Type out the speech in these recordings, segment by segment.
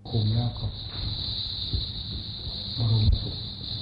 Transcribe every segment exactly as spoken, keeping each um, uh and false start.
คุมแล้วก็อารมณ์สุข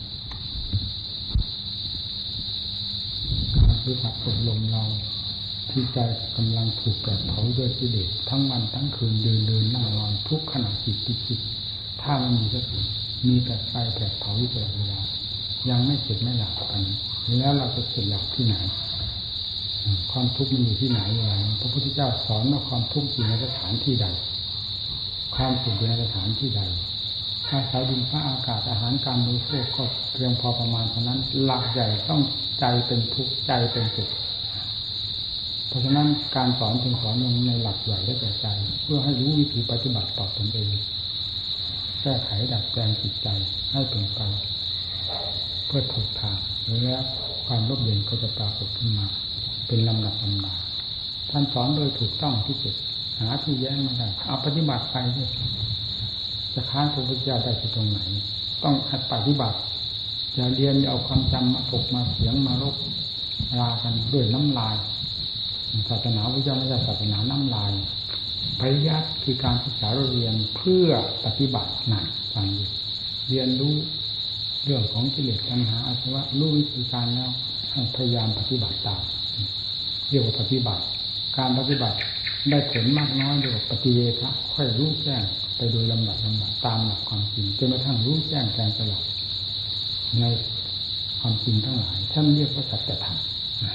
การปฏิบัติอบรมเราที่ใจกำลังถูกแผดเผาด้วยกิเลสทั้งวันทั้งคืนเดินเดินนั่งนอนทุกขณะจิตจิตจิตถ้ามันมีก็มีแต่ไฟแผดเผาอยู่ตลอดเวลายังไม่เสร็จไม่หลับกันแล้วเราจะเสร็จหลับที่ไหนความทุกข์มันอยู่ที่ไหนอย่างพระพุทธเจ้าสอนว่าความทุกข์อยู่ในสถานที่ใดความสุขอยู่ในสถานที่ใดถ้าสายดินฟ้าอากาศอาหารการบริโภคก็เพียงพอประมาณเท่านั้นหลักใหญ่ต้องใจเป็นทุกข์ใจเป็นสุขเพราะฉะนั้นการสอนจึงสอนลงในหลักใหญ่ได้แก่ใจเพื่อให้รู้วิธีปฏิบัติต่อตนเองแก้ไขดัดแปลงจิตใจให้เป็นไปเพื่อถูกทางและความร่มเย็นก็จะปรากฏขึ้นมาเป็นลำดับลำดาท่านสอนโดยถูกต้องที่สุดหาที่แย้งไม่ได้เอาปฏิบัติไปด้วยจะค้านพระพุทธเจ้าได้ที่ตรงไหนต้องหัดปฏิบัติอย่าเรียนอย่าเอาความจำมาถกมาเสียงมารบรากันด้วยน้ำลายศาสนาพระเจ้าไม่ใช่ศาสนาน้ำลายปริยัติคือการศึกษาเรียนเพื่อปฏิบัติหนักฟังดีเรียนรู้เรื่องของกิเลสตัณหาอาสวะรู้วิธีการแล้วให้พยายามปฏิบัติตามเรียกว่าปฏิบัติการปฏิบัติได้ผลมากน้อยเรียกว่าปฏิเวทะค่อยรู้แจ้งไปโดยลำดับลำดับตามหลักความจริงจนกระทั่งรู้แจ้งแทงตลอดในความจริงทั้งหลายท่านเรียกว่าสัจธรรม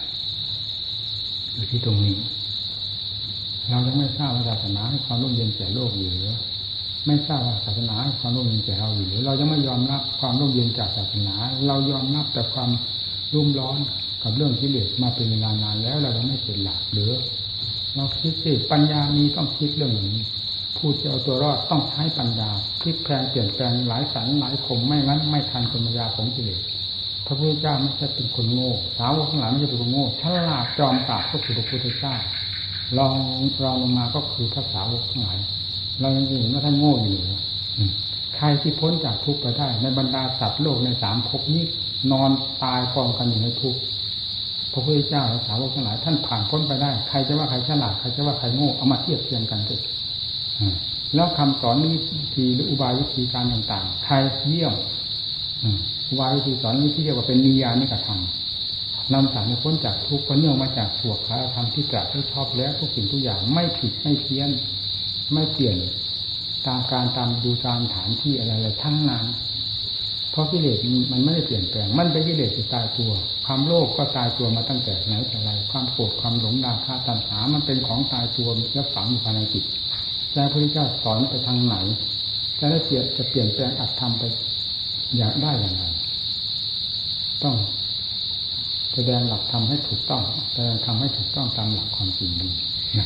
อยู่ที่ตรงนี้เรายังไม่ทราบว่าศาสนาให้ความร่มเย็นแก่โลกอยู่หรือไม่ทราบว่าศาสนาให้ความร่มเย็นแก่เราอยู่หรือเรายังไม่ยอมรับความร่มเย็นจากศาสนาเรายอมรับแต่ความรุ่มร้อนกับเรื่องกิเลสมาเป็นเวลานานแล้วเรายังไม่เป็นหลักหรือเราคิดสิปัญญามีต้องคิดเรื่องนี้พูดจะเอาตัวรอดต้องใช้ปัญญาพลิกแปลงเปลี่ยนแปลงหลายสันหลายคมไม่งั้นไม่ทันกลมายาของกิเลสพระพุทธเจ้าไม่ใช่เป็นคนโง่สาวกทั้งหลายไม่ใช่เป็นคนโง่ฉลาดจอมปราบก็คือพระพุทธเจ้าลองรองลงมาก็คือพระสาวกทั้งหลายเรายังเห็นว่าท่านโง่อยู่ใครที่พ้นจากทุกข์ไปได้ในบรรดาสัตว์โลกในสามภพนี้นอนตายกองกันอยู่ในทุกข์พระพุทธเจ้าและสาวกทั้งหลายท่านผ่านพ้นไปได้ใครจะว่าใครฉลาดใครจะว่าใครโง่เอามาเทียบเทียงกันเถอะแล้วคำสอนวิธีหรืออุบายวิธีการต่างๆใครเยี่ยมอุบายวิธีสอนนี้ที่เรียกว่าเป็นนิยานิกธรรมนำสารให้พ้นจากทุกข์ก็เนื่องมาจากสวดคาธรรมที่ตรัสให้ชอบแล้วทุกสิ่งทุกอย่างไม่ผิดไม่เพี้ยนไม่เปลี่ยนตามการตามดูตามฐานที่อะไรๆทั้งนั้นเพราะกิเลสมันไม่ได้เปลี่ยนแปลงมันเป็นกิเลสที่ตายตัวความโลภก็ตายตัวมาตั้งแต่ไหนแต่ไรความโกรธความหลงราคะตัณหามันเป็นของตายตัวและฝังอยู่ภายในจิตแล้วพระพุทธเจ้าสอนไปทางไหนจะได้เปลี่ยนจะเปลี่ยนแปลงอัตธรรมไปอย่างได้อย่างไรต้องแสดงหลักธรรมให้ถูกต้องแสดงธรรมให้ถูกต้องตามหลักความจริงนี้นะ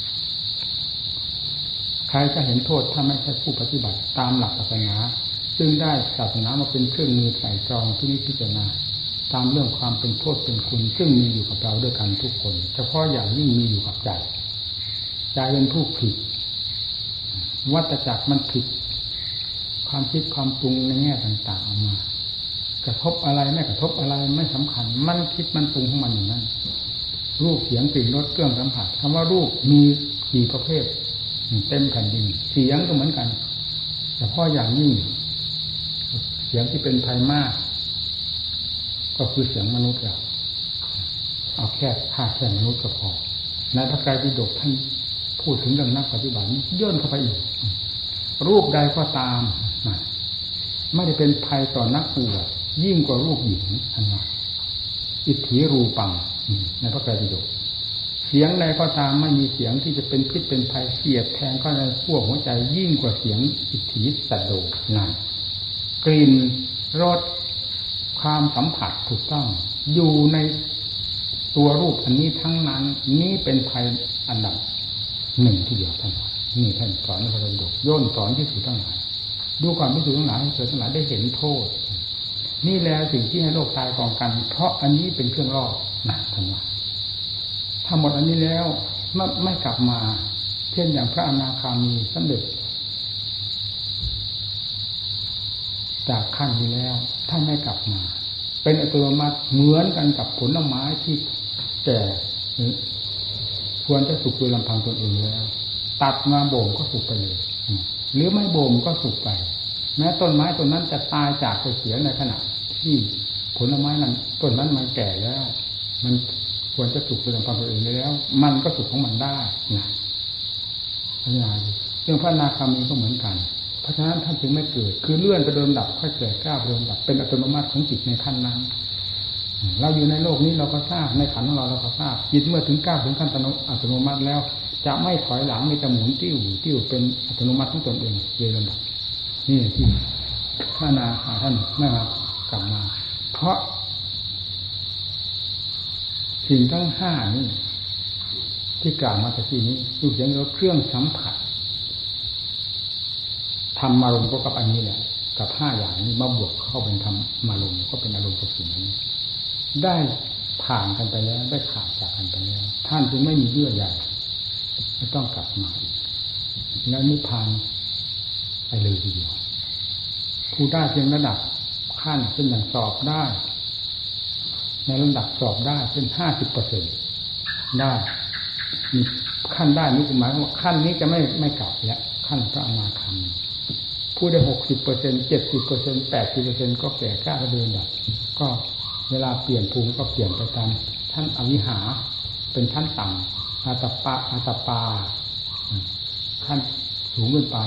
ใครจะเห็นโทษถ้าไม่ใช่ผู้ปฏิบัติตามหลักศาสนาซึ่งได้ศาสนามาเป็นเครื่องมือไตร่ตรองที่นิพพิจารณาตามเรื่องความเป็นโทษเป็นคุณซึ่งมีอยู่กับเราด้วยกันทุกคนเฉพาะอย่างยิ่งมีอยู่กับใจใจเป็นผู้ผิดวัฏจักรมันผิดความคิดความปรุงในแง่ต่างๆออกมากระทบอะไรไม่กระทบอะไรไม่สำคัญมันคิดมันปรุงของมันอย่างนั้นรูปเสียงกลิ่นรสเครื่องสัมผัสคำว่ารูปมีกี่ประเภทเต็มแผ่นดินเสียงก็เหมือนกันแต่พออย่างยิ่งเสียงที่เป็นภัยมากก็คือเสียงมนุษย์เราเอาแค่ค่าแค่มนุษย์ก็พอในพระไตรปิฎกท่านพูดถึงเรื่องนักปฏิบัติย่นเข้าไปอีกรูปใดก็ตามไม่ได้เป็นภัยต่อนักบวชยิ่งกว่ารูปหญิงท่านว่าอิทธิรูปังในพระไตรปิฎกเสียงใดก็ตามไม่มีเสียงที่จะเป็นพิษเป็นภัยเสียดแทงเข้าในขั้วหัวใจยิ่งกว่าเสียงอิทธิสัตโดนั่นกลิ่นรสความสัมผัสถูกต้องอยู่ในตัวรูปอันนี้ทั้งนั้นนี้เป็นภัยอันดับหนึ่งที่เดียวท่านนี่ท่านสอนในพระไตรปิฎกย่นสอนที่สุดทั้งหลายดูความพิสูจน์ทั้งหลายให้เกิดทั้งหลายได้เห็นโทษนี่แหละสิ่งที่ให้โลกตายกองกันเพราะอันนี้เป็นเครื่องล่อนะท่านว่าถ้าหมดอันนี้แล้วไม่ไม่กลับมาเช่นอย่างพระอนาคามีสำเร็จจากขั้นนี้แล้วท่านไม่กลับมาเป็นอัตโนมัติเหมือนกันกับผลไม้ที่แก่ควรจะสุกโดยลำพังตนเองแล้วตัดมาโบ่งก็สุกไปเลยหรือไม่บ่มก็สุกไปแม้ต้นไม้ต้นนั้นจะตายจากไปเสียในขณะที่ผลไม้นั้นต้นนั้นมันแก่แล้วมันควรจะสุกเป็นความตัวเองได้แล้วมันก็สุกของมันได้นะพญาเรื่องพระอนาคามีก็เหมือนกันเพราะฉะนั้นท่านจึงไม่เกิดคือเลื่อนไปเดิมดับค่อยเกิดก้าวเดิมดับเป็นอัตโนมัติของจิตในขั้นนั้นเราอยู่ในโลกนี้เราก็ทราบในขันธ์ของเราเราก็ทราบจิตเมื่อถึงก้าวถึงขั้นอัตโนมัติแล้วจะไม่ถอยหลังไม่จะหมุนติ้วติ้วเป็นอัตโนมัติของตนเองโดยลำดับนี่ที่พระอนาคาท่านไม่มากลับมาเพราะสิ่งทั้งห้านี่ที่กล่าวมาแต่ทีนี้รูปเสียงรสเครื่องสัมผัสธรรมารมณ์ก็กับอันนี้แหละกับห้าอย่างนี้มาบวกเข้าเป็นธรรมารมณ์ก็เป็นอารมณ์กับสิ่งนี้ได้ผ่านกันไปแล้วได้ขาดจากกันไปแล้วท่านจึงไม่มีเยื่อใยไม่ต้องกลับมาอีกแล้วนิพพานไปเลยทีเดียวผู้ได้เพียงระดับขั้นเช่นอย่างสอบได้ในระดับสอบได้เป็นห้าสิบเปอร์เซ็นต์ได้มีขั้นได้นี่หมายว่าขั้นนี้จะไม่ไม่กลับแล้วขั้นพระอนาคามีผู้ได้หกสิบเปอร์เซ็นต์เจ็ดสิบเปอร์เซ็นต์แปดสิบเปอร์เซ็นต์ก็แก่กล้าเดินแบบก็เวลาเปลี่ยนภูมิก็เปลี่ยนไปตามท่านอวิหาเป็นท่านต่ำอาตปะอาตปาขั้นสูงขึ้นไป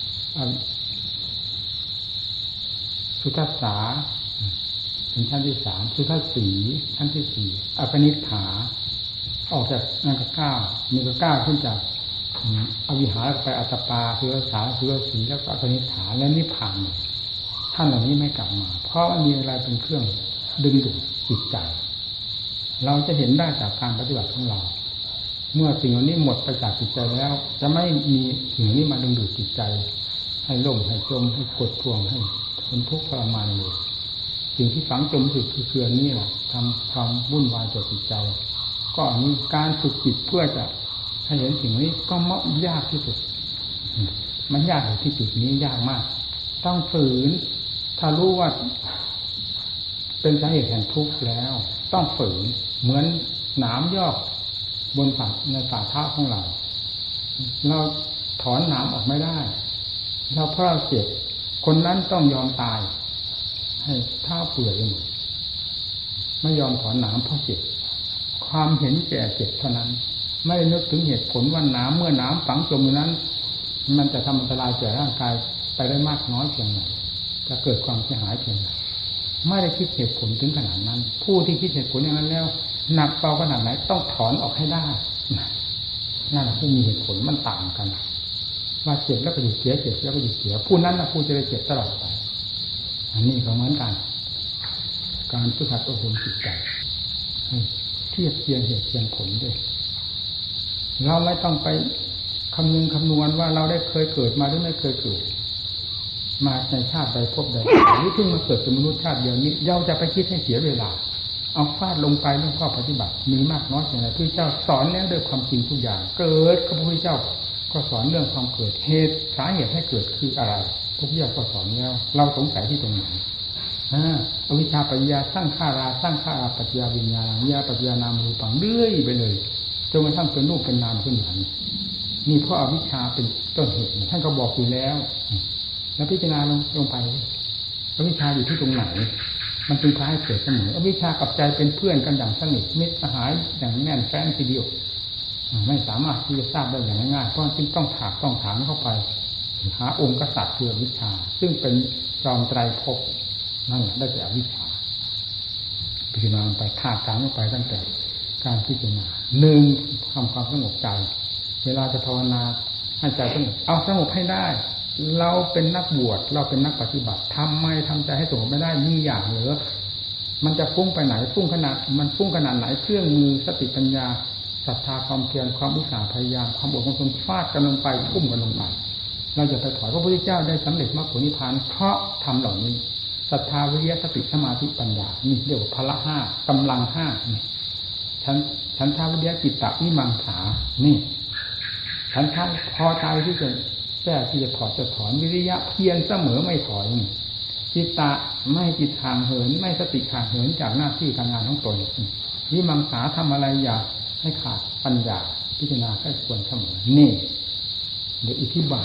สุทัสสาเป็นชั้นที่สามสุทัสสีชั้นที่สี่อปนิฏฐาออกจากนั่นก็เก้ามีก็เก้าขึ้นจากอวิหารไปอัตตปาสุทัสสาสุทัสสีแล้วก็อปนิฏฐาและนิพพานท่านเหล่านี้ไม่กลับมาเพราะมันมีอะไรเป็นเครื่องดึงดูดจิตใจเราจะเห็นได้จากการปฏิบัติของเราเมื่อสิ่งเหล่านี้หมดไปจากจิตใจแล้วจะไม่มีสิ่งนี้มาดึงดูดจิตใจให้ล่มให้จมให้กดท่วงให้ทนทุกข์ทรมานเลยสิ่งที่ฝังจมสุดคือเกลือนี่แหละทำความวุ่นวายต่อจิตใจก็มีการฝึกจิตเพื่อจะให้เห็นสิ่งนี้ก็มักยากที่สุดมันยากที่จุดนี้ยากมากต้องฝืนถ้ารู้ว่าเป็นสาเหตุแห่งทุกข์แล้วต้องฝืนเหมือนหนามยอกบนฝ่าในฝ่าเท้าของเราเราถอนหนามออกไม่ได้เราเพราะเราเจ็บคนนั้นต้องยอมตายให้เท้าเปื่อยหมดไม่ยอมถอนหนามเพราะเจ็บความเห็นแก่เจ็บเท่านั้นไม่ได้นึกถึงเหตุผลว่าหนามเมื่อหนามฝังจมอยู่นั้นมันจะทำอันตรายแก่ร่างกายไปได้มากน้อยเพียงไรจะเกิดความเสียหายเพียงไรไม่ได้คิดเหตุผลถึงขนาดนั้นผู้ที่คิดเหตุผลอย่างนั้นแล้วหนักเบาขนาดไหนต้องถอนออกให้ได้นั่นแหละผู้มีเหตุผลมันต่างกันว่าเจ็บแล้วก็หยุดเสียเจ็บแล้วก็หยุดเสียผู้นั้นนะผู้จะได้เจ็บตลอดไปอันนี้ก็เหมือนกันการฝึกหัดอบรมจิตใจเทียบเทียงเหตุเทียงผลด้วยเราไม่ต้องไปคำนึงคำนวณว่าเราได้เคยเกิดมาหรือไม่เคยเกิดมาในชาติใดพบใดหรือเพิ่งมาเกิดเป็นมนุษย์ชาติเดียวนี้เราจะไปคิดให้เสียเวลาเอาฟาดลงไปเรื่องข้อปฏิบัติมีมากน้อยอย่างไรพระเจ้าสอนแล้วด้วยความจริงทุกอย่างเกิดพระพุทธเจ้าก็สอนเรื่องความเกิดเหตุสาเหตุให้เกิดคืออะไรพระพุทธเจ้าก็สอนแล้วเราสงสัยที่ตรงไหนอวิชชาปัญญาสร้างข้าราสร้างข้าราปัจจยาวิญญาณญาปัจจยานามรูปังเรื่อยไปเลยจนกระทั่งเป็นรูปเป็นนามขึ้นมานี่เพราะอวิชชาเป็นต้นเหตุท่านก็บอกอยู่แล้วแล้วพิจารณาลงลงไปอวิชชาอยู่ที่ตรงไหนมันจึงพาให้เกิดเสมออวิชชากับใจเป็นเพื่อนกันอย่างสนิทมิตรสหายอย่างแน่นแฟ้นทีเดียวไม่สามารถที่จะทราบได้อย่างง่ายๆเพราะจึงต้องถากต้องถามเข้าไปหาองค์กษัตริย์คืออวิชชาซึ่งเป็นจอมไตรภพนั่นแหละได้แก่อวิชชาพิจารณาไปถากถามเข้าไปตั้งแต่การพิจารณาหนึ่งทำความสงบใจเวลาจะภาวนาให้ใจสงบเอาสงบให้ได้เราเป็นนักบวชเราเป็นนักปฏิบัติทำไมทำใจให้สงบไม่ได้มีอย่างเหลือมันจะฟุ้งไปไหนฟุ้งขนาดมันฟุ้งขนาดไหนเครื่องมือสติปัญญาศรัทธาความเพียรความอุตสาห์พยายามความอดทนฟาดกันลงไปทุ่มกันลงไปเราจะไปถอยพระพุทธเจ้าได้สำเร็จมรรคผลนิพพานเพราะทำเหล่านี้ศรัทธาวิริยะสติสมาธิปัญญานี่เรียกว่าพละห้ากำลังห้านี่ฉันฉันทาวิริยะจิตตะวิมังสานี่ฉันทาพอใจที่จะแก้ที่จะถอดจะถอนวิริยะเพียรเสมอไม่ถอยจิตตะไม่จิตทางเหินไม่สติทางเหินจากหน้าที่การงานของตนวิมังสาทำอะไรอย่าให้ขาดปัญญาพิจารณาให้ควรเสมอนี่เดี๋ยวอธิบาย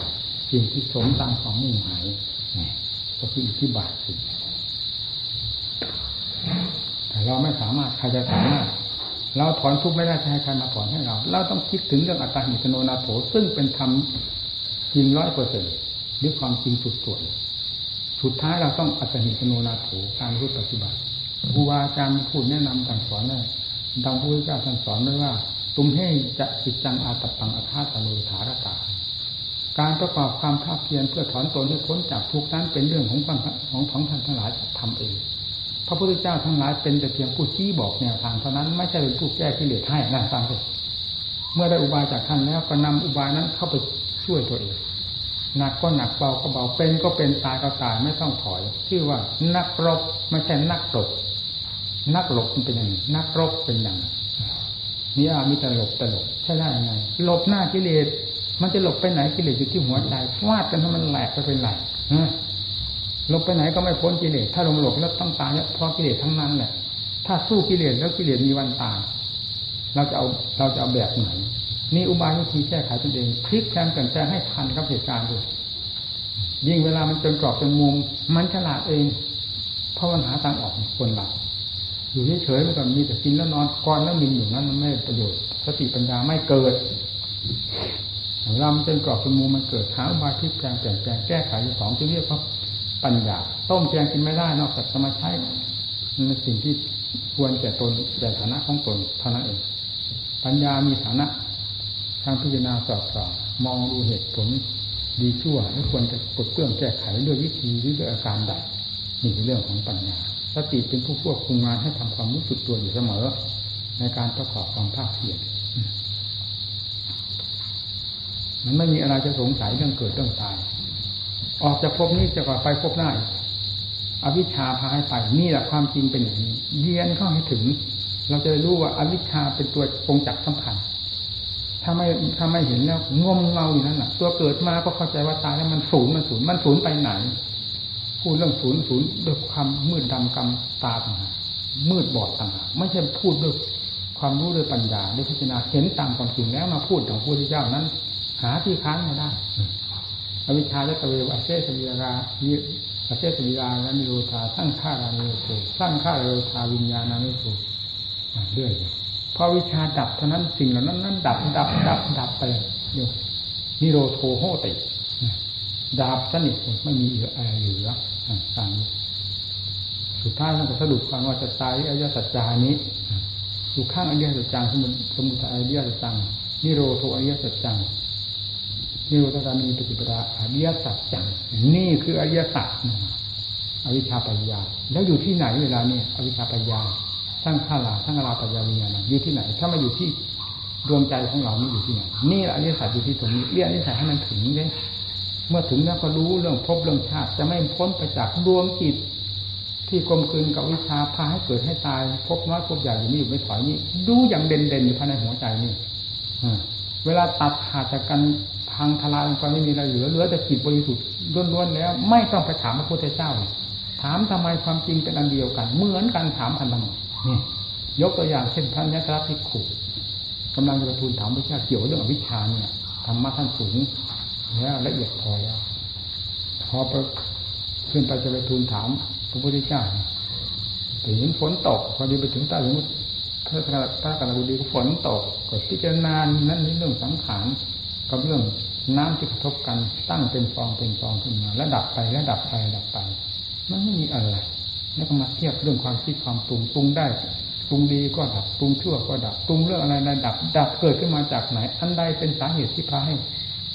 สิ่งที่สมตามความมุ่งหมายก็คืออิทธิบาทสิแต่เราไม่สามารถใครจะสามารถเราถอนทุกข์ไม่ได้จะให้ใครมาถอนให้เราเราต้องคิดถึงเรื่องอัตตาหิตโนนาโถซึ่งเป็นธรรมจริงร้อยเปอร์เซ็นต์ด้วยความจริงสุดส่วนสุดท้ายเราต้องอัตตาหิตโนนาโถการรู้ปฏิบัติครูบาอาจารย์พูดแนะนำสั่งสอนได้ดังพระพุทธเจ้าสั่งสอนไว้ว่าตุมให้จะจิตจังอาตัปปังอาฆาตโลถารตาการประกอบความภาคเพียรเพื่อถอนตนให้พ้นจากทุกข์นั้นเป็นเรื่องของความของของท่านทั้งหลายทำเองพระพุทธเจ้าทั้งหลายเป็นแต่เพียงผู้ชี้บอกแนวทางเท่านั้นไม่ใช่เป็นผู้แก้กิเลสให้นะฟังสิเมื่อได้อุบายจากท่านแล้วก็นำอุบายนั้นเข้าไปช่วยตัวเองหนักก็หนักเบาก็เบาเป็นก็เป็นตายก็ตายไม่ต้องถอยชื่อว่านักรบไม่ใช่นักหลบนักหลบมันเป็นอย่างนี้นักรบเป็นอย่างนี้นี่อามีแต่หลบแต่หลบใช่ได้ยังไงหลบหน้ากิเลสมันจะหลบไปไหนกิเลสอยู่ที่หัวใจฟาดกันให้มันแหลกไปเป็นไหลหลบไปไหนก็ไม่พ้นกิเลสถ้าลงหลบแล้วต้องตายเนี่ยเพราะกิเลสทั้งนั้นแหละถ้าสู้กิเลสแล้วกิเลสมีวันตายเราจะเอาเราจะเอาแบบไหนนี่อุบายวิธีแก้ไขตนเองพลิกแพลงเปลี่ยนแปลงให้ทันกับเหตุการณ์ด้วยยิ่งเวลามันจนกรอบจนมุมมันฉลาดเองเพราะมันหาทางออกคนหลักอยู่เฉยๆมันก็มีแต่กินแล้วนอนก้อนแล้วมินอยู่นั้นมันไม่ประโยชน์สติปัญญาไม่เกิดเราจนกรอบจนมุมมันเกิดหาอุบายพลิกแพลงเปลี่ยนแปลงแก้ไขของที่เรียกว่าปัญญาต้มแกงกินไม่ได้นอกจากสมาชัยมันเป็นสิ่งที่ควรแก่ตนแก่ฐานะของตนเท่านั้นเองปัญญามีฐานะทางพิจารณาสอบสอบมองดูเหตุผลดีชั่วและควรจะปลดเปลื้องแก้ไขด้วยวิธีหรือด้วยอาการใดนี่เป็นเรื่องของปัญญาสติเป็นผู้ควบคุมงานให้ทำความรู้สึกตัวอยู่เสมอในการประกอบความภาคเพียรมันไม่มีอะไรจะสงสัยเรื่องเกิดเรื่องตายออกจากภพนี้จะก่อไปภพหน้าอวิชชาพาให้ไปนี่แหละความจริงเป็นอย่างนี้เรียนเข้าให้ถึงเราจะรู้ว่าอวิชชาเป็นตัวกงจักรสำคัญถ้าไม่ถ้าไม่เห็นแล้วงมเงาอยู่นั่นแหละตัวเกิดมาก็เข้าใจว่าตายแล้วมันศูนย์มันศูนย์มันศูนย์ไปไหนพูดเรื่องศูนย์ศูนย์ด้วยความมืดดำกำตาต่างหากมืดบอดต่างหากไม่ใช่พูดด้วยความรู้ด้วยปัญญาด้วยพิจารณาเห็นตามความจริงแล้วมาพูดของพระพุทธเจ้านั้นหาที่ค้านไม่ได้อวิชชาและตะเววอเสสวิรานิอเสสวิราและนิโรธาสร้างข้ารานิโรธสร้างข้ารานิโรธาวิญญาณานิโรธเรื่อยพอวิชาดับเท่านั้นสิ่งเหล่านั้นนั้นดับดับดับดับไปเดี๋ยวนิโรโทโหติดับสนิทไม่มีอะไรเหลือต่างๆสุดท้ายท่านก็สรุปความว่าจะตายอริยสัจจานี้อยู่ข้างอริยสัจจังสมุสมุทัยอริยสัจจังนิโรโทอริยสัจจังนิโรธการมีปฏิปทาอริยสัจจังนี่คืออริยสัจอวิชชาปัญญาแล้วอยู่ที่ไหนเวลานี้อวิชชาปัญญาทั้งข้าราทั้งราปัญญาวิญญาณอยู่ที่ไหนถ้ามาอยู่ที่ดวงใจของเรานี่อยู่ที่ไหนนี่อริยสัจอยู่ที่ตรงนี้เรียกอริยสัจให้มันถึงเลยเมื่อถึงแล้วก็รู้เรื่องภพเรื่องชาติจะไม่พ้นไปจากดวงจิตที่กลมกลืนกับวิชาพาให้เกิดให้ตายภพน้อยภพใหญ่อยู่ไม่อยู่ไม่ถอยนี่ดูอย่างเด่นๆอยู่ภายในหัวใจนี่เวลาตัดขาดจากกันทางทลายลงไปไม่มีอะไรเหลือเหลือแต่จิตบริสุทธิ์ล้วนๆแล้วไม่ต้องไปถามพระพุทธเจ้าถามทำไมความจริงเป็นอันเดียวกันเหมือนกันถามกันทำไมนี่ยกตัวอย่างเช่นท่านยัตระภิกขุกำลังจะทูลถามพระเจ้าเกี่ยวกับเรื่องอวิชชาเนี่ยธรรมะท่านสูงแล้วละเอียดพอแล้วพอไปขึ้นไปจะไปทูลถามพระพุทธเจ้าไปเห็นฝนตกพอดีไปถึงใต้สมุทรพระพระกาลบุรีก็ฝนตกก็พิจารณานั้นนี่เรื่องสังขารกับเรื่องน้ำที่กระทบกันตั้งเป็นฟองเป็นฟองขึ้นมาแล้วดับไปแล้วดับไปดับไปมันไม่มีอะไรแล้วก็มาเทียบเรื่องความคิดความปรุงปรุงได้ปรุงดีก็ดับปรุงชั่วก็ดับปรุงเรื่องอะไรดับดับเกิดขึ้นมาจากไหนอันใดเป็นสาเหตุที่พาให้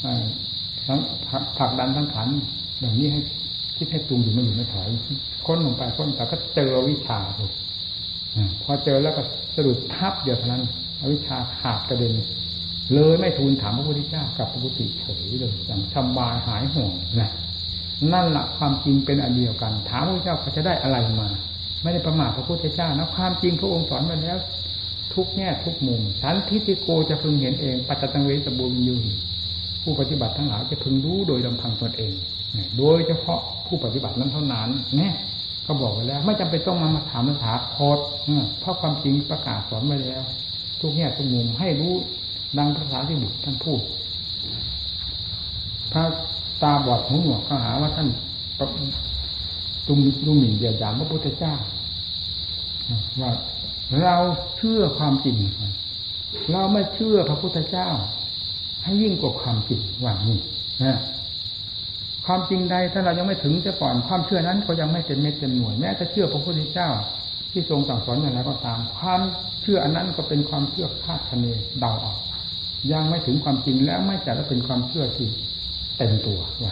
ผลักดันสังขารอย่างนี้ให้คิดให้ปรุงอยู่ไม่อยู่ไม่ถอยค้นลงไปค้นแต่ก็เจอวิชาถูกพอเจอแล้วก็สะดุดทับเดียวเท่านั้นอวิชชาขาดกระเด็นเลยไม่ทูลถามพระพุทธเจ้ากับพระพุทธเฉยเลยอย่างสบายหายห่วงนะนั่นแหละความจริงเป็นอันเดียวกันถามพระพุทธเจ้าเขาจะได้อะไรมาไม่ได้ประมาทพระพุทธเจ้านะความจริงพระองค์สอนมาแล้วทุกแง่ทุกมุมสันทิฏฐิโกจะพึงเห็นเองปัจจตังเวสบูญญูผู้ปฏิบัติทั้งหลายจะพึงรู้โดยลำพังตนเองโดยเฉพาะผู้ปฏิบัตินั้นเท่านั้นเนี่ยก็บอกไว้แล้วไม่จำเป็นต้องมาถามมาถามโคตรเพราะความจริงประกาศสอนไว้แล้วทุกแง่ทุกมุมให้รู้ดังภาษาที่บุตรท่านพูดพระตาบอดหูหนวกเขาหาว่าท่านตุ้มตุ้มหมิ่นเดียดหยามพระพุทธเจ้าว่าเราเชื่อความจริงเราไม่เชื่อพระพุทธเจ้าให้ยิ่งกว่าความจริงว่านี่นะความจริงใดถ้าเรายังไม่ถึงจะก่อนความเชื่อนั้นก็ยังไม่เต็มเม็ดเต็มหน่วยแม้จะเชื่อพระพุทธเจ้าที่ทรงสั่งสอนอย่างไรก็ตามความเชื่ออันนั้นก็เป็นความเชื่อคาดคะเนเดาออกยังไม่ถึงความจริงแล้วไม่จัดว่าเป็นความเชื่อที่เต็มตัวว่า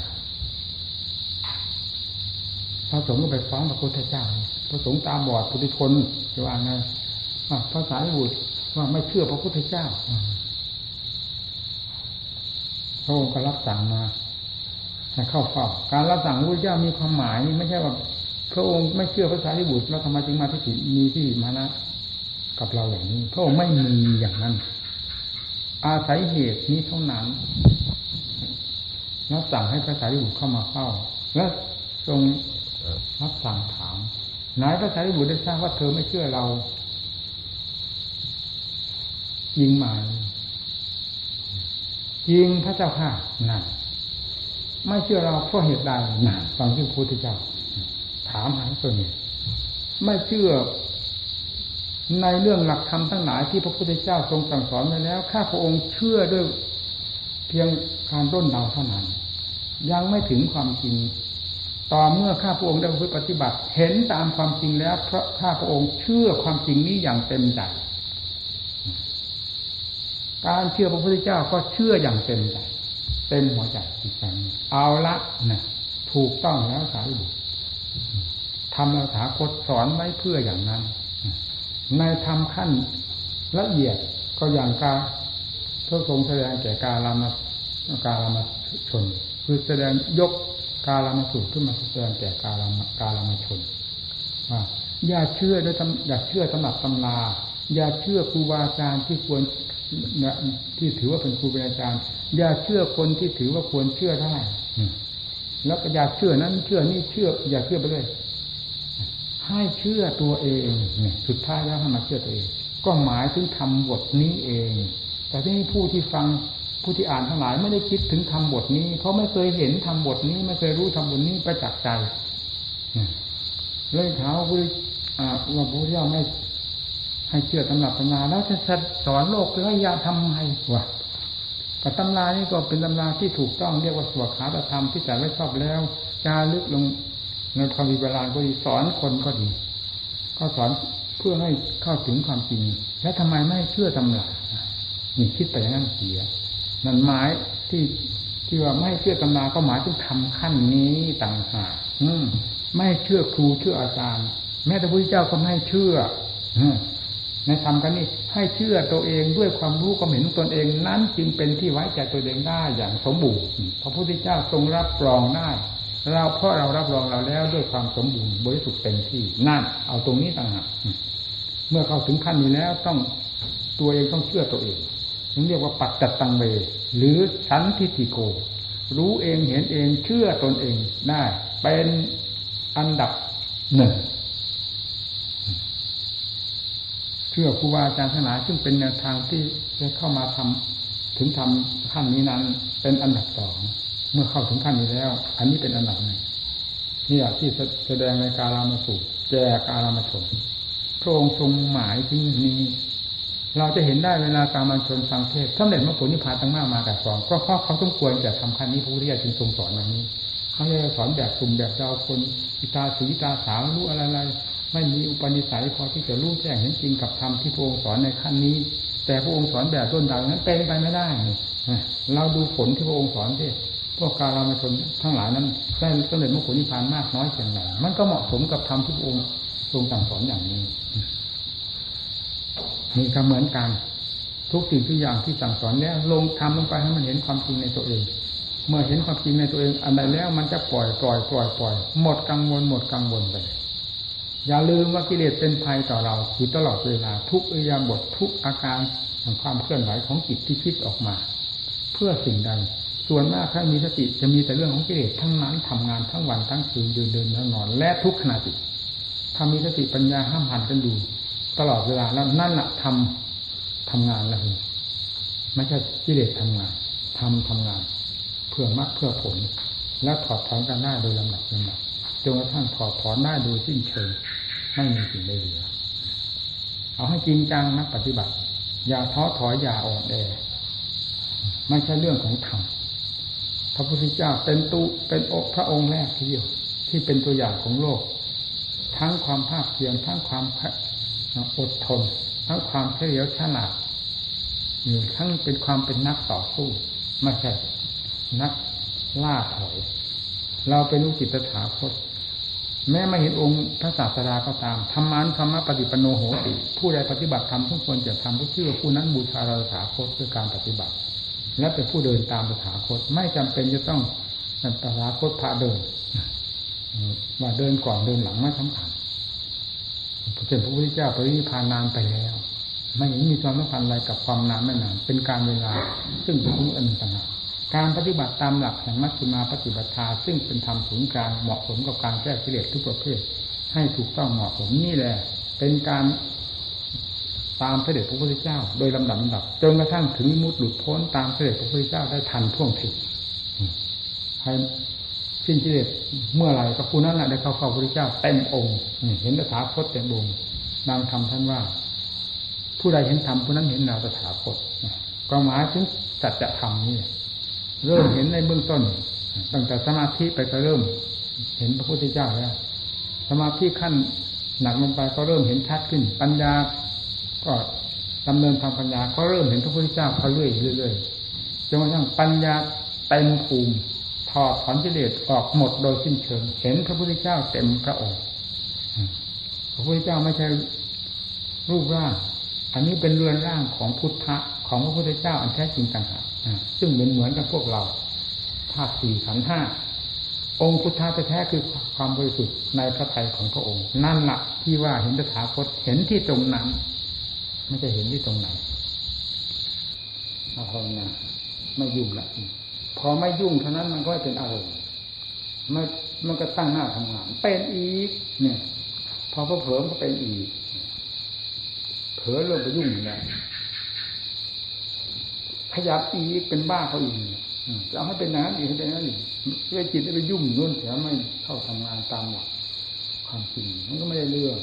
พระสงฆ์ก็ไปฟ้องพระพุทธเจ้าพระสงฆ์ตาบอดปุถุชนจะว่าไงว่าพระสารีบุตรว่าไม่เชื่อพระพุทธเจ้าพระองค์ก็รับสั่งมาให้เข้าเฝ้าการรับสั่งพระพุทธเจ้ามีความหมายไม่ใช่ว่าพระองค์ไม่เชื่อพระสารีบุตรแล้วทำไมจึงมาที่มีที่มานะกับเราอย่างนี้พระองค์ไม่มีอย่างนั้นอาศัยเหตุนี้เท่านั้นรับสั่งให้พระสารีบุตรเข้ามาเฝ้าแล้วทรงรับสั่งถามนายพระสารีบุตรได้ทราบว่าเธอไม่เชื่อเรายิงมายิงพระเจ้าค่ะนั่นไม่เชื่อเราเพราะเหตุใดนั่นฟังที่พระพุทธเจ้าถามหาตัวนี้ไม่เชื่อในเรื่องหลักธรรมทั้งหลายที่พระพุทธเจ้าทรงสั่งสอนไว้แล้วข้าพระองค์เชื่อด้วยเพียงการร่นเดาเท่านั้นยังไม่ถึงความจริงต่อเมื่อข้าพระองค์ได้ปฏิบัติเห็นตามความจริงแล้วเพราะข้าพระองค์เชื่อความจริงนี้อย่างเต็มใจการเชื่อพระพุทธเจ้าก็เชื่ออย่างเต็มใจเต็มหัวใจจิตใจเอาละนะถูกต้องแล้วสารีบุตรธรรมสถาคตสอนไว้เพื่ออย่างนั้นในธรรมขั้นละเอียดก็อย่างการพระทรงแสดงแก่กาลามกาลามชนคือแสดงยกกาลามสูตรขึ้นมาแสดงแก่กาลามกาลามชนว่าอย่าเชื่อด้วยอย่าเชื่อสำหรับตำราอย่าเชื่อครูบาอาจารย์ที่ควรที่ถือว่าเป็นครูเป็นอาจารย์อย่าเชื่อคนที่ถือว่าควรเชื่อได้แล้วก็อย่าเชื่อนั้นเชื่อนี่เชื่ออย่าเชื่อไปเลยให้เชื่อตัวเองเนี่ยสุดท้ายแล้วให้มาเชื่อตัวเองก็หมายถึงทำบทนี้เองแต่ที่ผู้ที่ฟังผู้ที่อ่านทั้งหลายไม่ได้คิดถึงทำบทนี้เขาไม่เคยเห็นทำบทนี้ไม่เคยรู้ทำบทนี้ประจักษ์ใจเลยถามว่าพระว่าพระพุทธเจ้าไม่ให้เชื่อตำรับตำราแล้วจะสอนโลกให้ยาทำไมวะกับตำรานี่ก็เป็นตำราที่ถูกต้องเรียกว่าสวขาตธรรมที่จัดไว้ชอบแล้วจารึกลงในความมีเวลาก็ดีสอนคนก็ดีก็สอนเพื่อให้เข้าถึงความจริงแล้วทำไมไม่เชื่อตำรานี่คิดไปอย่างนั้นเสียนั่นหมายที่ที่ว่าไม่เชื่อตำราก็หมายถึงทำขั้นนี้ต่างหากไม่เชื่อครูเชื่ออาจารย์แม้แต่พระพุทธเจ้าก็ไม่เชื่อในธรรมกันนี้ให้เชื่อตัวเองด้วยความรู้ความเห็นตนเองนั้นจึงเป็นที่ไว้ใจตัวเองได้อย่างสมบูรณ์พระพุทธเจ้าทรงรับรองได้เราเพราะเรารับรองเราแล้วด้วยความสมบูรณ์บริสุทธิ์เต็มที่นั่นเอาตรงนี้ต่างหากเมื่อเข้าถึงขั้นนี้แล้วต้องตัวเองต้องเชื่อตัวเองถึงเรียกว่าปัจจัตตังเวหรือสันทิฏฐิโกรู้เองเห็นเองเชื่อตนเองได้เป็นอันดับหนึ่งเชื่อครูบาอาจารย์ทั้งหลายซึ่งเป็นแนวทางที่จะเข้ามาทำถึงทำขั้นนี้นั้นเป็นอันดับสองเมื่อเข้าถึงขั้นนี้แล้วอันนี้เป็นอันดับหนึ่งนี่แหละที่แสดงในกาลามสูตรแจกกาลามชนพระองค์ทรงหมายถึงนี้เราจะเห็นได้เวลากาลามชนฟังเทศน์สำเร็จมรรคผลนิพพานตั้งมากมาแต่สองก็เพราะเขาต้องควรจะทำขั้นนี้พระพุทธเจ้าจึงทรงสอนอย่างนี้เขาจะสอนแบบกลุ่มแบบเราคนอิตาสีตาสาวรู้อะไรๆไม่มีอุปนิสัยพอที่จะรู้แจ้งเห็นจริงกับธรรมที่พระองค์สอนในขั้นนี้แต่พระองค์สอนแบบต้นดังนั้นเป็นไปไม่ได้เราดูผลที่พระองค์สอนที่พวกกาลามชนทั้งหลายนั้นได้สำเร็จมรรคผลนิพพานมากน้อยเพียงไรมันก็เหมาะสมกับธรรมที่พระองค์ทรงสั่งสอนอย่างนี้นี่ก็เหมือนกันทุกสิ่งทุกอย่างที่สั่งสอนแล้วลงทำลงไปให้มันเห็นความจริงในตัวเองเมื่อเห็นความจริงในตัวเองอันใดแล้วมันจะปล่อยปล่อยปล่อยปล่อยหมดกังวลหมดกังวลไปอย่าลืมว่ากิเลสเป็นภัยต่อเราอยู่ตลอดเวลาทุกอิริยาบถทุกอาการของความเคลื่อนไหวของจิตที่คิดออกมาเพื่อสิ่งใดส่วนมากถ้ามีสติจะมีแต่เรื่องของกิเลสทั้งนั้นทำงานทั้งวันทั้งคืนยืนเดินนอนและทุกขณะจิตถ้ามีสติปัญญาห้ามหันกันดูตลอดเวลาแล้วนั่นแหละทำทำงานแล้วไม่ใช่กิเลสทำงานทำทำงานเพื่อมรรคเพื่อผลแล้วถอดถอนกันได้โดยลำดับลำดับจนกระทั่งถอดถอนได้โดยสิ้นเชิงไม่มีสิ่งใดเหลือเอาให้จริงจังนักปฏิบัติอย่าท้อถอยอย่าอ่อนแอไม่ใช่เรื่องของธรรมพระพุทธเจ้าเป็นตุเป็นอกพระองค์แรกทีเดียวที่เป็นตัวอย่างของโลกทั้งความภาคเพียรทั้งความอดทนทั้งความเฉลียวฉลาดอยู่ทั้งเป็นความเป็นนักต่อสู้ไม่ใช่นักล่าถอยเราเป็นลูกศิษย์ตถาคตแม้ไม่เห็นองค์พระศาสดาก็ตามธรรมันธรรมะปฏิปันโนโหติผู้ใดปฏิบัติธรรมทุกควรจะทำผู้ชื่อผู้นั้นบูชาเราตถาคตด้วยการปฏิบัติและเป็นผู้เดินตามตถาคตไม่จำเป็นจะต้องตถาคตพาเดินว่าเดินก่อนเดินหลังไม่สำคัญเช่นพระพุทธเจ้าปรินิพพานนานไปแล้วไม่เห็นมีความสำคัญอะไรกับความนานไม่นานเป็นการเวลาซึ่งเป็นทุกอันตรายการปฏิบัติตามหลักแห่งมัชฌิมาปฏิปทาซึ่งเป็นธรรมศูนย์กลางเหมาะสมกับการแก้กิเลสทุกประเภทให้ถูกต้องเหมาะสมนี่แหละเป็นการตามเสด็จพระพุทธเจ้าโดยลำดับลำดับจนกระทั่งถึงมุดหลุดพ้นตามเสด็จพระพุทธเจ้าได้ทันท่วงทีให้สิ้นกิเลสเมื่อไหร่ก็ผู้นั้นแหละได้เข้าเข้าพระพุทธเจ้าเต็มองค์เห็นตถาคตเต็มองค์ดังธรรมท่านว่าผู้ใดเห็นธรรมผู้นั้นเห็นเราตถาคตก็หมายถึงสัจธรรมนี่เริ่มเห็นในเบื้องต้นตั้งแต่สมาธิไปก็เริ่มเห็นพระพุทธเจ้าแล้วสมาธิขั้นหนักลงไปก็เริ่มเห็นชัดขึ้นปัญญาก็ดำเนินทางปัญญาก็เริ่มเห็นพระพุทธเจ้าเขาเรื่อยเรื่อยจนกระทั่งปัญญาเต็มภูมิถอดถอนกิเลสออกหมดโดยสิ้นเชิงเห็นพระพุทธเจ้าเต็มพระองค์พระพุทธเจ้าไม่ใช่รูปร่างอันนี้เป็นเรือนร่างของพุทธะของพระพุทธเจ้าอันแท้จริงต่างหากซึ่งเหมือนเหมือนกับพวกเราธาตุสี่ขันธ์ห้าองค์พุทธะแท้ๆคือความบริสุทธิ์ในพระทัยของพระองค์นั่นแหละที่ว่าเห็นตถาคตเห็นที่ตรงนั้นไม่ใช่เห็นที่ตรงไหนเอาพอนะไม่ยุ่งละพอไม่ยุ่งเท่านั้นมันก็เป็นอารมณ์มันมันก็ตั้งหน้าทำงานเป็นอีกเนี่ยพอเผลอๆก็เป็นอีกเผลอเริ่มไปยุ่งแล้วขยับอีกเป็นบ้าเขาอีกจะเอาให้เป็นอย่างนั้นอีกให้เป็นอย่างนั้นอีกเรื่องจิตไปยุ่งนู่นเสียไม่เข้าทำงานตามหลักความจริงมันก็ไม่ได้เรื่อง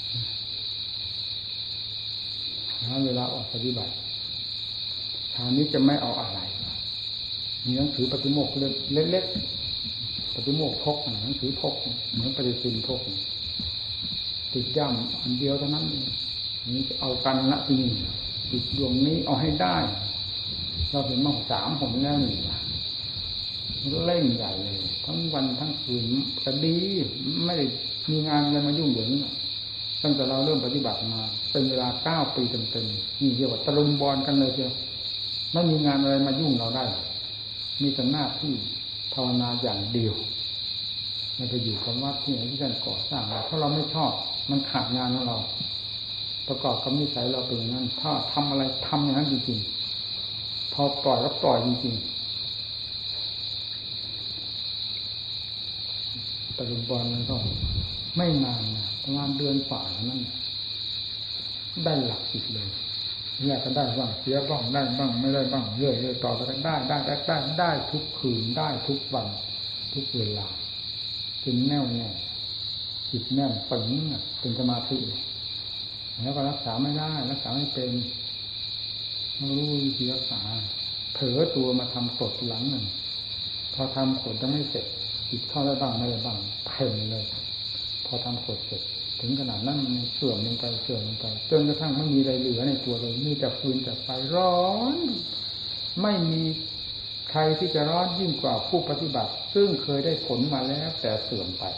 นะเวลาออกปฏิบัติทางนี้จะไม่เอาอะไรมีหนังสือปฏิโมกข์เล็กๆปฏิโมกข์พกหนังสือพกเหมือนปฏิทินพกติดย่ำอันเดียวเท่านั้นนี่จะเอากันละที่นี่ติดดวงนี้เอาให้ได้เราเห็นมาสามผมแล้วนี่มันก็เล่นใหญ่เลยทั้งวันทั้งคืนก็ดีไม่ได้มีงานอะไรมายุ่งเหยิงตั้งแต่เราเริ่มปฏิบัติมาเป็นเวลาเก้าปีเต็มๆนี่เรียกว่าตะลุมบอลกันเลยเชียวไม่มีงานอะไรมายุ่งเราได้มีแต่หน้าที่ภาวนาอย่างเดียวไม่ไปอยู่กับวัดที่ไหนที่ท่านก่อสร้างเพราะเราไม่ชอบมันขาดงานของเราประกอบกับนิสัยเราเป็นอย่างนั้นถ้าทำอะไรทำอย่างนั้นจริงๆพอปล่อยก็ปล่อยจริงๆตะลุมบอลมันก็ไม่นานนะประมาณเดือนฝ่านั้นได้หลักสิบเลยแรกก็ได้บ้างเสียบ้างได้บ้างไม่ได้บ้างเรื่อยๆต่อไปได้ได้ได้ได้ได้ทุกคืนได้ทุกวันทุกเวลาจนแน่วแน่จิตแน่นปึงเป็นสมาธิแล้วก็รักษาไม่ได้รักษาไม่เป็นไม่รู้วิธีรักษาเผลอตัวมาทำกดหลังหนึ่งพอทำกดยังไม่เสร็จจิตเข้าได้บ้างไม่ได้บ้างเพ่นเลยพอทำกดเสร็จถึงขนาดนั้นมันเสื่อมลงไปเสื่อมลงไปจนกระทั่งไม่มีอะไรเหลือในตัวเลยมีแต่ฟืนแต่ไฟร้อนไม่มีใครที่จะร้อนยิ่งกว่าผู้ปฏิบัติซึ่งเคยได้ผลมาแล้วแต่เสื่อมไป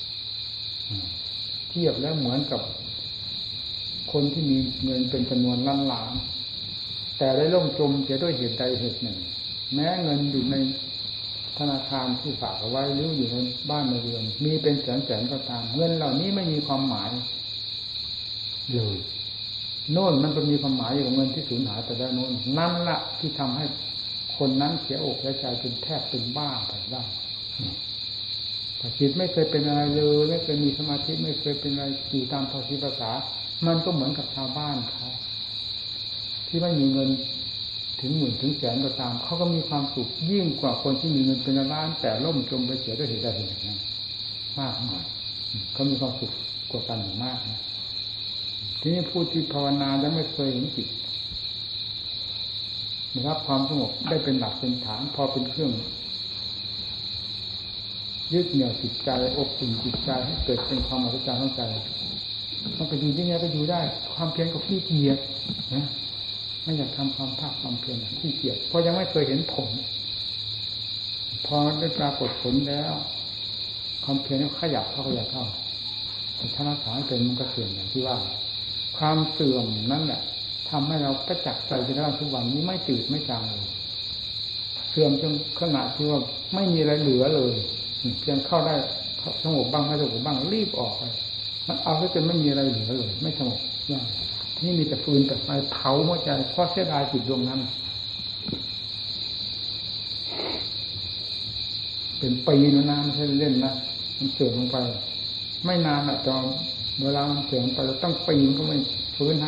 เทียบแล้วเหมือนกับคนที่มีเงินเป็นจำนวนล้านล้านแต่ได้ล่มจมเสียด้วยเหตุใดเหตุหนึ่งแม้เงินอยู่ในธนาคารที่ฝากเอาไว้หรืออยู่ในบ้านในเรือนมีเป็นแสนๆก็ตามเงินเหล่านี้ไม่มีความหมายเลยโน่นมันเป็นมีความหมายอยู่กับเงินที่สูญหายแต่ได้โน่นนั่นละที่ทำให้คนนั้นเสียอกเสียใจจนแทบเป็นบ้าไปได้แต่จิตไม่เคยเป็นอะไรเลยไม่เคยมีสมาธิไม่เคยเป็นอะไรอยู่ตามภาษีภาษามันก็เหมือนกับชาวบ้านเขาที่ไม่มีเงินทถึงหมื่นถึงแสนก็ตามเขาก็มีความสุขยิ่งกว่าคนที่มีเงินเป็นล้านแต่ล่มจมไปเสียด้วยเหตุใดเหตุหนึ่งนั้นมากมายเขามีความสุขกว่ากันอย่างมากนะทีนี้ผู้ที่ภาวนาแล้วไม่เคยเห็นจิตนะครับความสงบได้เป็นหลักเป็นฐานพอเป็นเครื่องยึดเหนี่ยวจิตใจอบอุ่นจิตใจให้เกิดเป็นความอัศจรรย์ของใจมันไปอยู่ที่ไหนก็อยู่ได้ความเพียรก็ขี้เกียจนะไม่อยากทำความภาคความเพียรขี้เกียจเพราะยังไม่เคยเห็นผลพอได้ปรากฏผลแล้วความเพียรก็ขยับเข้าขยับเข้าถ้ารักษาให้เป็นมันก็เสื่อมอย่างที่ว่าความเสื่อมนั่นแหละทำให้เราประจักษ์ใจในร่างทุกวันนี้ไม่จืดไม่จางเลยเสื่อมจนขนาดที่ว่าไม่มีอะไรเหลือเลยเพียงเข้าได้สงบบ้างไม่สงบบ้างรีบออกไปมันเอาซะจนไม่มีอะไรเหลือเลยไม่สงบนี่มีแต่ฟืนแต่ไฟเผาหัวใจเพราะเสียดายจิตดวงนั้นเป็นปีนะนะไม่ใช่เล่นนะมันเสื่อมลงไปไม่นานอ่ะตอนเวลามันเสื่อมไปเราต้องปีมันก็ไม่ฟื้นให้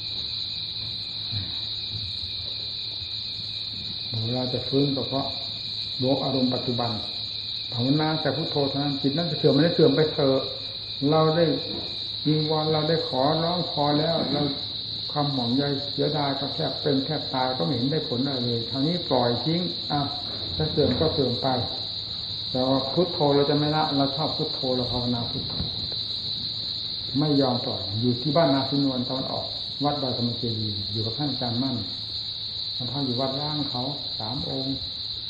เวลาจะฟื้นก็เพราะโลกอารมณ์ปัจจุบันภาวนาแต่พุทโธเท่านั้นจิตนั้นจะเสื่อมไม่ได้เสื่อมไปเถอะเราได้ยิงวอนเราได้ขอร้องขอแล้วเราความหม่อมใยเสียดายก็แทบเป็นแทบตายก็ไม่เห็นได้ผลอะไรเลยทางนี้ปล่อยทิ้งอ้าวถ้าเสื่อมก็เสื่อมไปแต่ว่าพุทโธเราจะไม่ละเราชอบพุทโธเราภาวนาพุทโธไม่ยอมปล่อยอยู่ที่บ้านนาสินวนตอนออกวัดดอยธรรมเจดีย์อยู่กับท่านอาจารย์มั่นท่านพ่ออยู่วัดร่างเขาสามองค์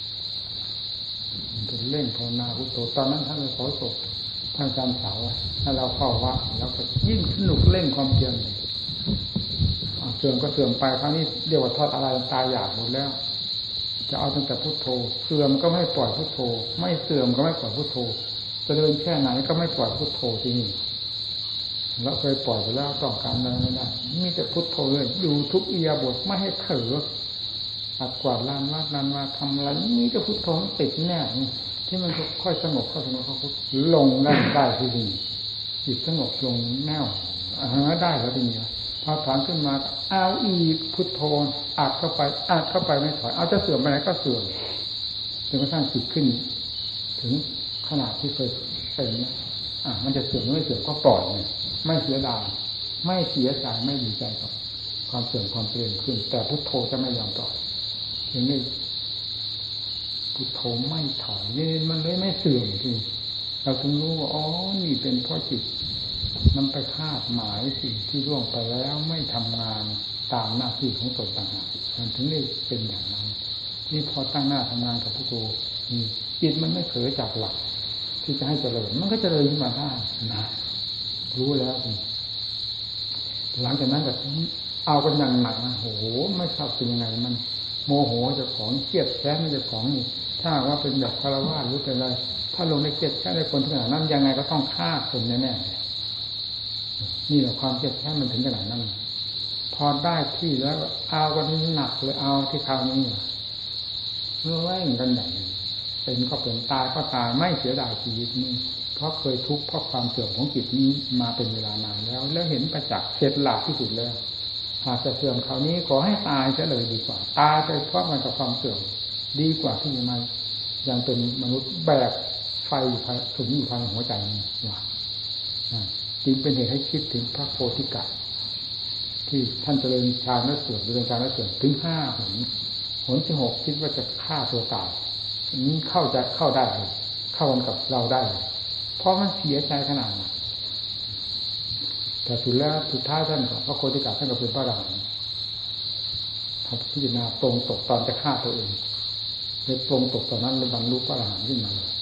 เป็นเล่นภาวนาพุทโธตอนนั้นท่านเลยขอศพท่านอาจารย์เสาถ้าเราเข้าวัดแล้วก็ยิ่งสนุกเล่นความเพียรเสื่อมก็เสื่อมไปครั้งนี้เรียกว่าทอดอะไรตายอยากหมดแล้วจะเอาตั้งแต่พุทโธเสื่อมก็ไม่ปล่อยพุทโธไม่เสื่อมก็ไม่ปล่อยพุทโธจะเดินแค่ไหนก็ไม่ปล่อยพุทโธที่นี่แล้วเคยปล่อยไปแล้วต้องการอะไรไม่ได้มีแต่พุทโธเลยอยู่ทุกอิริยาบถไม่ให้เผลอปัดกวาดลานวัดลานมาทำอะไรนี่ก็พุทโธติดแน่ที่มันค่อยสงบเข้าสงบเข้าลงได้ได้ที่นี่จิตสงบลงแน่วอ่าได้แล้วทีนี้พอถอนขึ้นมาเอาอีกพุทโธอัดเข้าไปอัดเข้าไปไม่ถอยเอาจะเสื่อมไปไหนก็เสื่อมจนกระทั่งจิตขึ้นถึงขนาดที่เคยเป็นนะอ่ะมันจะเสื่อมไม่เสื่อมก็ปล่อยเนี่ยไม่เสียดายไม่เสียใจไม่ดีใจกับความเสื่อมความเปลี่ยนขึ้นแต่พุทโธจะไม่ยอมปล่อยอย่างนี้พุทโธไม่ถอยนี่มันเลยไม่เสื่อมที่เราถึงรู้ว่าอ๋อนี่เป็นเพราะจิตมันไปคาดหมายสิ่งที่ล่วงไปแล้วไม่ทำงานตามหน้าที่ของตนต่างหากมันถึงได้เป็นอย่างนั้นนี่พอตั้งหน้าทำงานกับพุทโธจิตมันไม่เผลอจากหลักที่จะให้เจริญมันก็เจริญขึ้นมาได้นะรู้แล้วหลังจากนั้นแบบเอากันอย่างหนักนะโอ้โหไม่ทราบเป็นยังไงมันโมโหเจ้าของเครียดแค้นเจ้าของนี่ถ้าว่าเป็นแบบคารวะหรือเป็นอะไรถ้าลงในเครียดแค้นในคนขนาดนั้นยังไงก็ต้องฆ่าคนแน่ๆนี่แหละความเครียดแค้นมันถึงขนาดนั้นพอได้ที่แล้วเอากันหนักเลยเอาที่คราวนี้เมื่อแว่งกันอย่างเป็นก็เป็นตายก็ตายไม่เสียดายชีวิตนี้เพราะเคยทุกข์เพราะความเสื่อมของจิตนี้มาเป็นเวลานานแล้วแล้วเห็นประจักษ์เข็ดหลาบที่สุดแล้วหากจะเสื่อมคราวนี้ขอให้ตายซะเลยดีกว่าตายไปเพราะมันกับความเสื่อมดีกว่าที่จะมายังเป็นมนุษย์แบกไฟอยู่ภายถุงอยู่ภายในหัวใจนี่ว่าจึงเป็นเหตุให้คิดถึงพระโพธิกัสที่ท่านเจริญฌานและเสื่อมเจริญฌานและเสื่อมถึงห้าหนหนที่หกคิดว่าจะฆ่าตัวตายนี้เข้าจะเข้าได้เข้ากันกับเราได้เพราะมันเสียใจขนาดนั้นแต่สุดแล้วสุดท้ายท่านก็พระโพธิกัสท่านก็เป็นพระอรหันต์ทำพิจารณาตรงตกตอนจะฆ่าตัวเองเลยตรงตกตอนนั้นเลยบรรลุพระอรหันต์ขึ้นมาเลย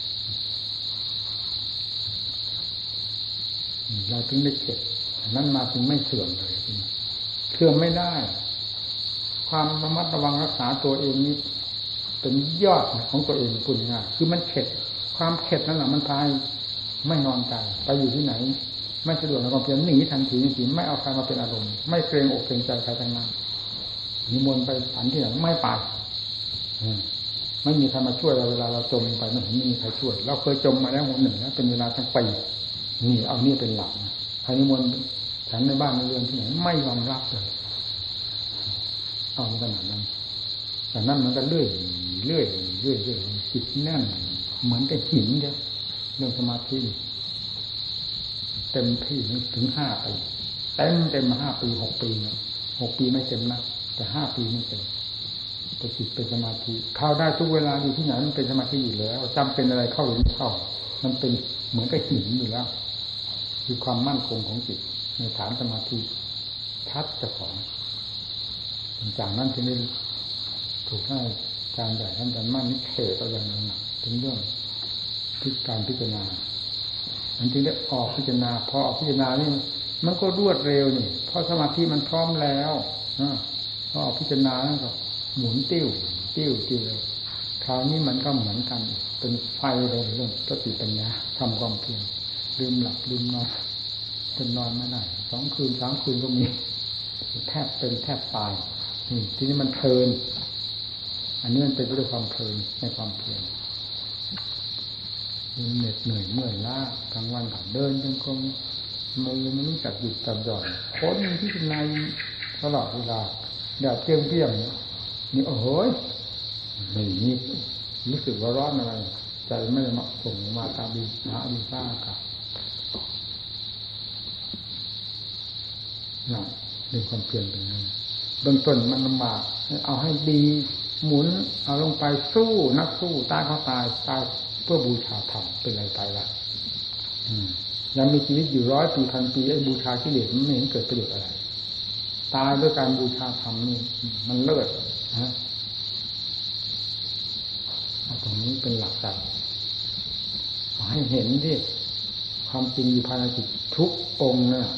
เราถึงได้เก็บนั้นมาถึงไม่เสื่อมเลยเสื่อมไม่ได้ความระมัดระวังรักษาตัวเองนี้เป็นยอดของตัวเองพูดง่ายคือมันเข็ดความเข็ดนั่นแหละมันพายไม่นอนใจไปอยู่ที่ไหนไม่สะดวกในความเพียรหนีทันทีจริงๆไม่เอาใครมาเป็นอารมณ์ไม่เกรงอกเกรงใจใครทั้งนั้นนิมนต์ไปฉันที่ไหนไม่ไปไม่มีใครมาช่วยเราเวลาเราจมไปไม่เห็นมีใครช่วยเราเคยจมมาแล้วหนหนึ่งนะเป็นเวลาทั้งปีนี่เอานี่เป็นหลักใครนิมนต์ฉันในบ้านในเรือนที่ไหนไม่ยอมรับเลยเอาขนาดนั้นแต่นั้นมันก็เลื่อยเลื่อยเลื่อยเลื่อยจิตแน่นเหมือนกับหินเดียวเรื่องสมาธิเต็มที่ถึงห้าปีเต็มเต็มห้าปีหกปีเนาะหกปีไม่เต็มนะแต่ห้าปีไม่เต็มแต่จิตเป็นสมาธิเข้าได้ทุกเวลาอยู่ที่ไหนมันเป็นสมาธิอยู่แล้วจำเป็นอะไรเข้าหรือไม่เข้ามันเป็นเหมือนกับหินอยู่แล้วคือความมั่นคงของจิตในฐานสมาธิชัดเจ้าของจากนั้นถึงได้ถูกให้การใหญ่ท่านอาจารย์มั่นนิเทศเอาอย่างนั้นถึงเรื่องพิการพิจารณามันจึงได้ออกพิจารณาพอออกพิจารณานี่มันก็รวดเร็วนี่เพราะสมาธิมันพร้อมแล้วพอออกพิจารณาแล้วก็หมุนติ้วติ้วติ้วเลยคราวนี้มันก็เหมือนกันเป็นไฟเลยเรื่องสติปัญญาทำความเพียรลืมหลับลืมนอนจนนอนไม่ได้สองคืนสามคืนก็มีแทบเป็นแทบตายนี่ทีนี้มันเพลินอันนี้มันเป็นด้วยความเพลินในความเพียรเหน็ดเหนื่อยเมื่อยล้ากลางวันก็เดินจงกรมมันไม่รู้จักหยุดจับหย่อนค้นที่เป็นในตลอดเวลาแดดเปรี้ยงเปรี้ยงนี่โอ้โหไม่นี่รู้สึกว่าร้อนอะไรใจไม่ได้มาส่งมาตาบีหาบีซ่ากับนั่นเป็นความเพียรเป็นไงเบื้องต้นมันลำบากเอาให้ดีหมุนเอาลงไปสู้นักสู้ตายเขาตายตายเพื่อบูชาธรรมเป็นอะไรไปละยังมีชีวิตอยู่ร้อยปีพันปีไอ้บูชากิเลสมันไม่เห็นเกิดประโยชน์อะไรตายด้วยการบูชาธรรมนี่มันเลิศนะเอาตรงนี้เป็นหลักใจขอให้เห็นที่ความจริงอยู่ภายในจิตทุกองค์นะ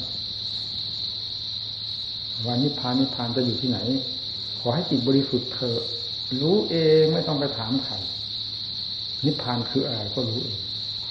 วันนิพพานนิพพานจะอยู่ที่ไหนขอให้จิตบริสุทธิ์เถอะรู้เองไม่ต้องไปถามใครนิพพานคืออะไรก็รู้เอง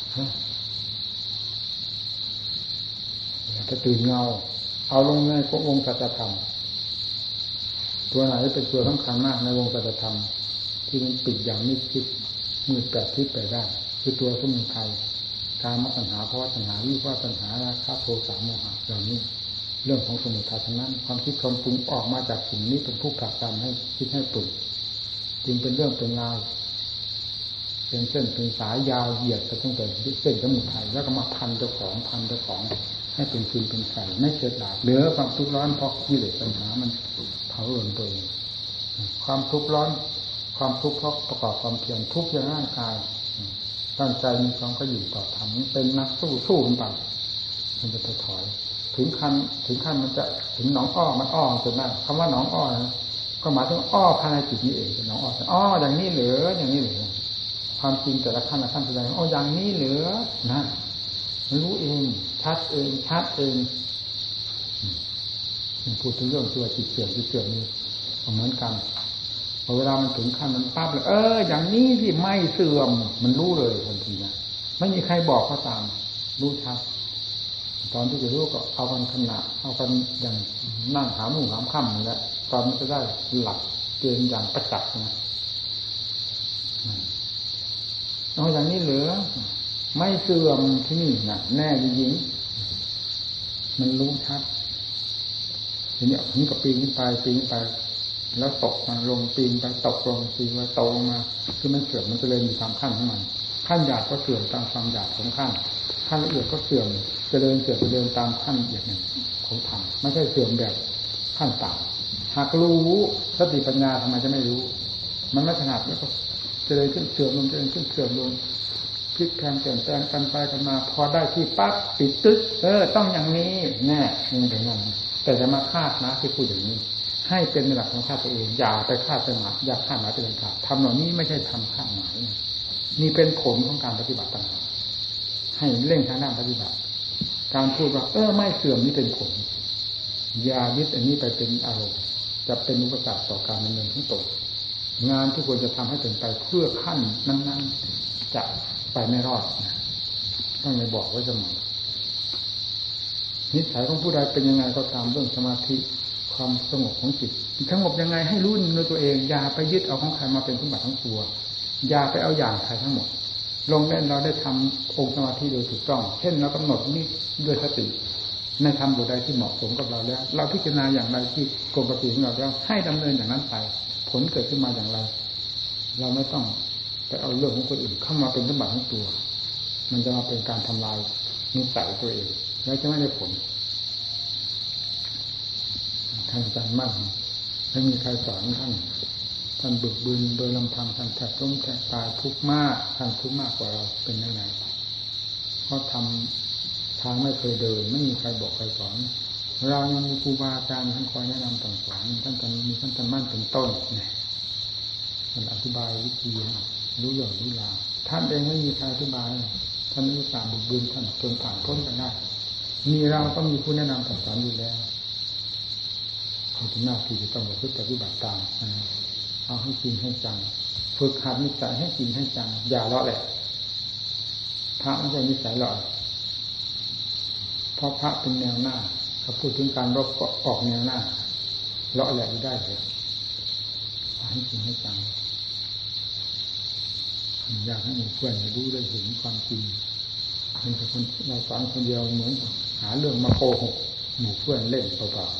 อย่าไปตื่นเงาเอาลงในวงสัจธรรมตัวไหนเป็นตัวสำคัญมากในวงสัจธรรมที่มันปิดอย่างมิดชิดมืดแปดทิศไปได้คือตัวสมุทัยการมปัญหาภาวะปัญหาวิภาวะปัญหาราคะโทสะโมหะเหล่านี้เรื่องของสมุทัยทั้งนั้นความคิดความปรุงออกมาจากสิ่งนี้เป็นผู้ผลักดันให้คิดให้ปรุงจึงเป็นเรื่องเป็นราวเป็นเส้นเป็นสายยาวเหยียดไปตั้งแต่เส้นสมุทัยแล้วก็มาพันเจ้าของพันเจ้าของให้เป็นฟืนเป็นไฟไม่เกิดดาบเหลือความทุกข์ร้อนเพราะกิเลสปัญหามันเผาลนตัวเองความทุกข์ร้อนความทุกข์เพราะประกอบความเพียรทุกข์อย่างร่างกายตั้งใจมีความก็อยู่ต่อธรรมเป็นนักสู้สู้มันไปมันจะไปถอยถึงขั้นถึงขั้นมันจะถึงหนองอ้อมันอ้อจนได้คำว่าหนองอ้อนะก็หมายถึงอ้อภายในจิตนี้เองหนองอ้ออ้ออย่างนี้เหลืออย่างนี้เหลือความจริงแต่ละขั้นละขั้นแสดงอ้ออย่างนี้เหลือนะมันรู้เองชัดเองชัดเองพูดถึงเรื่องตัวจิตเสื่อมจิตเสื่อมนี่เหมือนกันพอเวลามันถึงขั้นมันปั๊บเลยเอออย่างนี้ที่ไม่เสื่อมมันรู้เลยทันทีนะไม่มีใครบอกก็ตามรู้ชัดตอนที่จะรู้ก็เอากันขณะเอากันอย่างนั่งหาหมู่หามค่ำนี่แหละตอนมันจะได้หลักเกณฑ์อย่างประจักษ์นะเอาอย่างนี้เหลือไม่เสื่อมที่นี่นะแน่จริงๆมันรู้ชัดทีนี้นี่ก็ปีนขึ้นไปปีนขึ้นไปแล้วตกมาลงปีนไปตกลงปีนไปตกลงมาคือมันเสื่อมมันจะเลยมีตามขั้นของมันขั้นหยาบก็เสื่อมตามความหยาบของขั้นขั้นละเอียดก็เสื่อมจะเดินเสื่อมจะเดินตามขั้นละเอียดหนึ่งของธรรมไม่ใช่เสื่อมแบบขั้นต่ำหากรู้สติปัญญาทำไมจะไม่รู้มันไม่ถนัดแล้วก็จะเดินขึ้นเสื่อมลงจะเดินขึ้นเสื่อมลงพลิกแพลงเปลี่ยนแปลงกันไปกันมาพอได้ที่ปั๊บปิดตึ๊ดเออต้องอย่างนี้แน่นี่เป็นอย่างนั้นแต่จะมาคาดนะที่พูดอย่างนี้ให้เป็นหลักของชาติตัวเองอย่าไปคาดไปหมายอย่าคาดหมายเป็นขาดทำเหล่านี้ไม่ใช่ทำคาดหมายนี่เป็นผลของการปฏิบัติต่างๆให้เร่งทางด้านปฏิบัติการพูดว่าเออไม่เสื่อมนี่เป็นผลอย่ายึดอันนี้ไปเป็นอารมณ์จะเป็นอุปสรรคต่อการดำเนินทั้งตนงานที่ควรจะทำให้เป็นไปเพื่อขั้นนั้นๆจะไปไม่รอดต้องเลยบอกไว้เสมอนิสัยของผู้ใดเป็นยังไงก็ตามเรื่องสมาธิความสงบของจิตสงบยังไงให้รู้ในตัวเองอย่าไปยึดเอาของใครมาเป็นสมบัติทั้งตัวอย่าไปเอาอย่างใครทั้งหมดลงเล่นเราได้ทำองค์สมาธิโดยถูกต้องเช่นเรากำหนดนี่ด้วยสติในธรรมบทใดที่เหมาะสมกับเราแล้วเราพิจารณาอย่างไรที่กลมกับสิ่งของเราแล้วให้ดำเนินอย่างนั้นไปผลเกิดขึ้นมาอย่างไรเราไม่ต้องไปเอาเรื่องของคนอื่นเข้ามาเป็นสมบัติของตัวมันจะมาเป็นการทำลายนิสัยตัวเองแล้วจะไม่ได้ผลท่านอาจารย์มั่นไม่มีใครสอนท่านท่านบึกบึนโดยลำพังท่านแทบล้มแทบตายทุกข์มากท่านทุกข์มากกว่าเราเป็นยังไงเพราะทำทางไม่เคยเดินไม่มีใครบอกใครสอนเรายังมีครูบาอาจารย์ท่านคอยแนะนำสั่งสอนท่านจะมีท่านอาจารย์มั่นเป็นต้นเนี่ยท่านอธิบายวิธีรู้อย่างรู้ราวท่านเองไม่มีใครอธิบายท่านมีสามบึกบึนท่านจนผ่านพ้นไปได้มีเราก็มีผู้แนะนำสั่งสอนอยู่แล้วเป็นหน้าที่ที่ต้องประพฤติปฏิบัติตามเอาให้จริงให้จังฝึกหัดนิสัยให้จริงให้จังอย่าเลาะแหละพระไม่ใช่นิสัยเลาะเพราะพระเป็นแนวหน้าถ้าพูดถึงการรบก็ออกแนวหน้าเลาะแหละไม่ได้เลยเอาให้จริงให้จังอยากให้หมู่เพื่อนรู้ได้เห็นความจริงมันแต่คนเราสอนคนเดียวเหมือนหาเรื่องมาโกหกหมู่เพื่อนเล่นเปล่า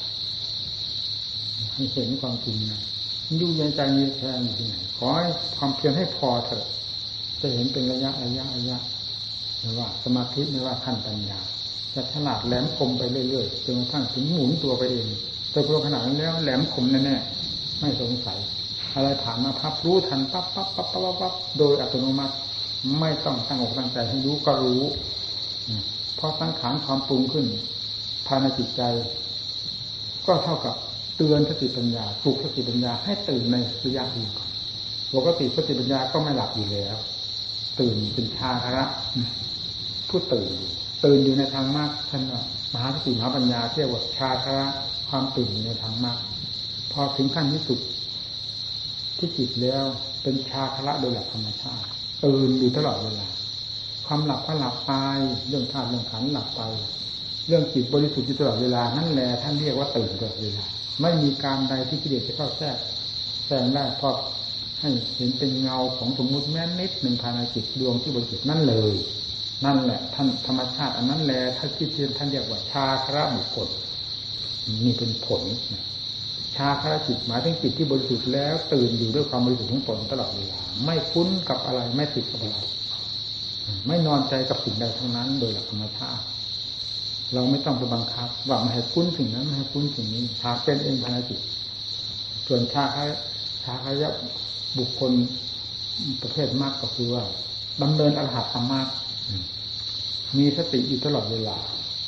ๆให้เห็นความจริงนะยุ่งใจใจมีแค่อยู่ที่ไหนขอให้ความเพียรให้พอเถอะจะเห็นเป็นระยะระยะระยะไม่ว่าสมาธิไม่ว่าขั้นปัญญาจะฉลาดแหลมคมไปเรื่อยๆจนกระทั่งถึงหมุนตัวไปเองตัวโปรขนาดนั้นแล้วแหลมคมแน่ๆไม่สงสัยอะไรผ่านมาพับรู้ทันปั๊บปั๊บปั๊บปั๊บปั๊บโดยอัตโนมัติไม่ต้องตั้งอกตั้งใจให้รู้ก็รู้เพราะสังขารความปรุงขึ้นภายในจิตใจก็เท่ากับเตือนสติปัญญาปลุกสติปัญญาให้ตื่นในระยะนี้ก่อนปกติสติปัญญาก็ไม่หลับอยู่แล้วตื่นเป็นชาคระผู้ตื่นตื่นอยู่ในทางมรรคท่านว่ามหาสติมหาปัญญาเรียกว่าชาคระความตื่นอยู่ในทางมรรคพอถึงขั้นที่สุดที่จิตแล้วเป็นชาคระโดยหลักธรรมชาติตื่นอยู่ตลอดเวลาความหลับก็หลับไปเรื่องธาตุเรื่องขันธ์หลับไปเรื่องจิตบริสุทธิ์อยู่ตลอดเวลานั่นแหละท่านเรียกว่าตื่นตลอดเวลาไม่มีการใดที่กิเลสจะเข้าแทรกแทรกได้เพราะให้เห็นเป็นเงาของสมมุติแม้นิดหนึ่งภายในจิตดวงที่บริสุทธิ์นั่นเลยนั่นแหละท่านธรรมชาติอันนั้นแหละท่านที่ท่านเรียกว่าชาคระบุคคลนี่เป็นผลชาคระจิตหมายถึงจิตที่บริสุทธิ์แล้วตื่นอยู่ด้วยความบริสุทธิ์ของตนตลอดเวลาไม่คุ้นกับอะไรไม่ติดกับอะไรไม่นอนใจกับสิ่งใดทั้งนั้นโดยหลักธรรมชาติเราไม่ต้องไปบังคับว่าไม่ให้คุ้นสิ่งนั้นไม่ให้คุ้นสิ่งนี้หากเป็นเองภายในจิตส่วนชาคระชาคระบุคคลประเภทมากก็คือว่าดำเนินอรหัตธรรมะมีสติอยู่ตลอดเวลา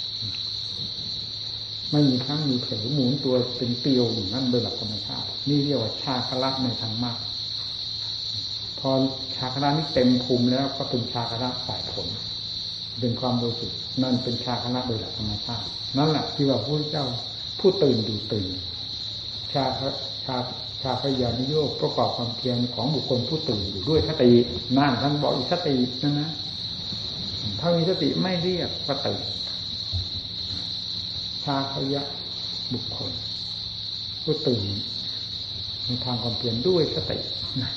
ไม่มีครั้งมีเผลอหมุนตัวเป็นเตียวอยู่นั่นโดยหลักธรรมชาตินี่เรียกว่าชาคระในทางมรรคพอชาคระนี้เต็มภูมิแล้วก็เป็นชาคระฝ่ายผลเป็นความบริสุทธิ์นั่นเป็นชาคระโดยหลักธรรมชาตินั่นแหละที่ว่าพระพุทธเจ้าผู้ตื่นอยู่ตื่นชาชาชาพยานิโยคประกอบความเพียรของบุคคลผู้ตื่นอยู่ด้วยสตินั่นท่านบอกอีกสตินั่นนะถ้ามีสติไม่เรียกว่าตื่นชาพยะบุคคลผู้ตื่นในทางความเพียรด้วยสตินะ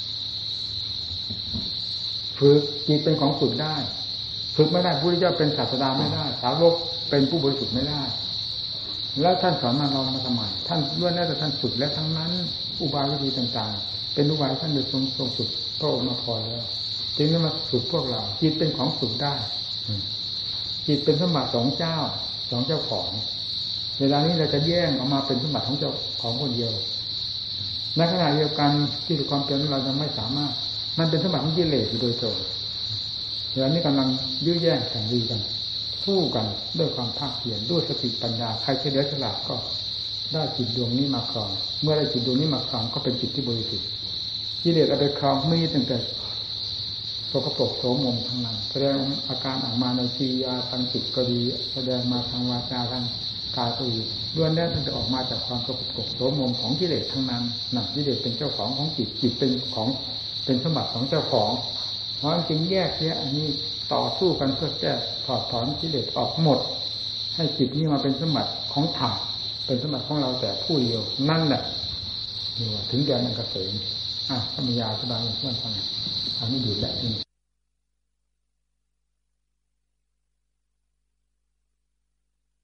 ฝึกจิตเป็นของฝึกได้ฝึกไม่ได้พระพุทธเจ้าเป็นศาสดาไม่ได้สาวกเป็นผู้บริสุทธิ์ไม่ได้แล้วท่านสอนมาเรามาทำไมท่านล้วนแล้วแต่ท่านฝึกแล้วทั้งนั้นอุบายวิธีต่างๆเป็นอุบายท่านโดยทรงทรงฝึกพระองค์มาพอแล้วจึงได้มาฝึกพวกเราจิตเป็นของฝึกได้จิตเป็นสมบัติของเจ้าของเจ้าของเวลานี้เราจะแย่งออกมาเป็นสมบัติของเจ้าของคนเดียวในขณะเดียวกันที่ความเป็นเรายังไม่สามารถมันเป็นสมบัติของกิเลสอยู่โดยตรงเวลานี้กำลังยื้อแย่งแข่งดีกันสู้กันด้วยความภาคเพียรด้วยสติปัญญาใครเฉลียวฉลาดก็ได้จิตดวงนี้มาครองเมื่อได้จิตดวงนี้มาครองก็เป็นจิตที่บริสุทธิ์กิเลสเอาไปครองไม่ตั้งแต่สกปรกโสมมทั้งนั้นแสดงอาการออกมาในกิริยาทางจิตก็ดีแสดงมาทางวาจาทางกายก็ดีล้วนแล้วมันจะออกมาจากความสกปรกโสมมของกิเลสทั้งนั้นน่ะกิเลสเป็นเจ้าของของจิตจิตเป็นของเป็นสมบัติของเจ้าของเพราะจึงแยกแยะอันนี้ต่อสู้กันเพื่อแก้ถอดถอนกิเลสออกหมดให้จิตนี้มาเป็นสมบัติของธรรมเป็นสมบัติของเราแต่ผู้เดียวนั่นแหละนี่ว่าถึงแดนอันเกษมอ่ะธรรมยาสบายเพื่อนฟังอันนี้อยู่แหละ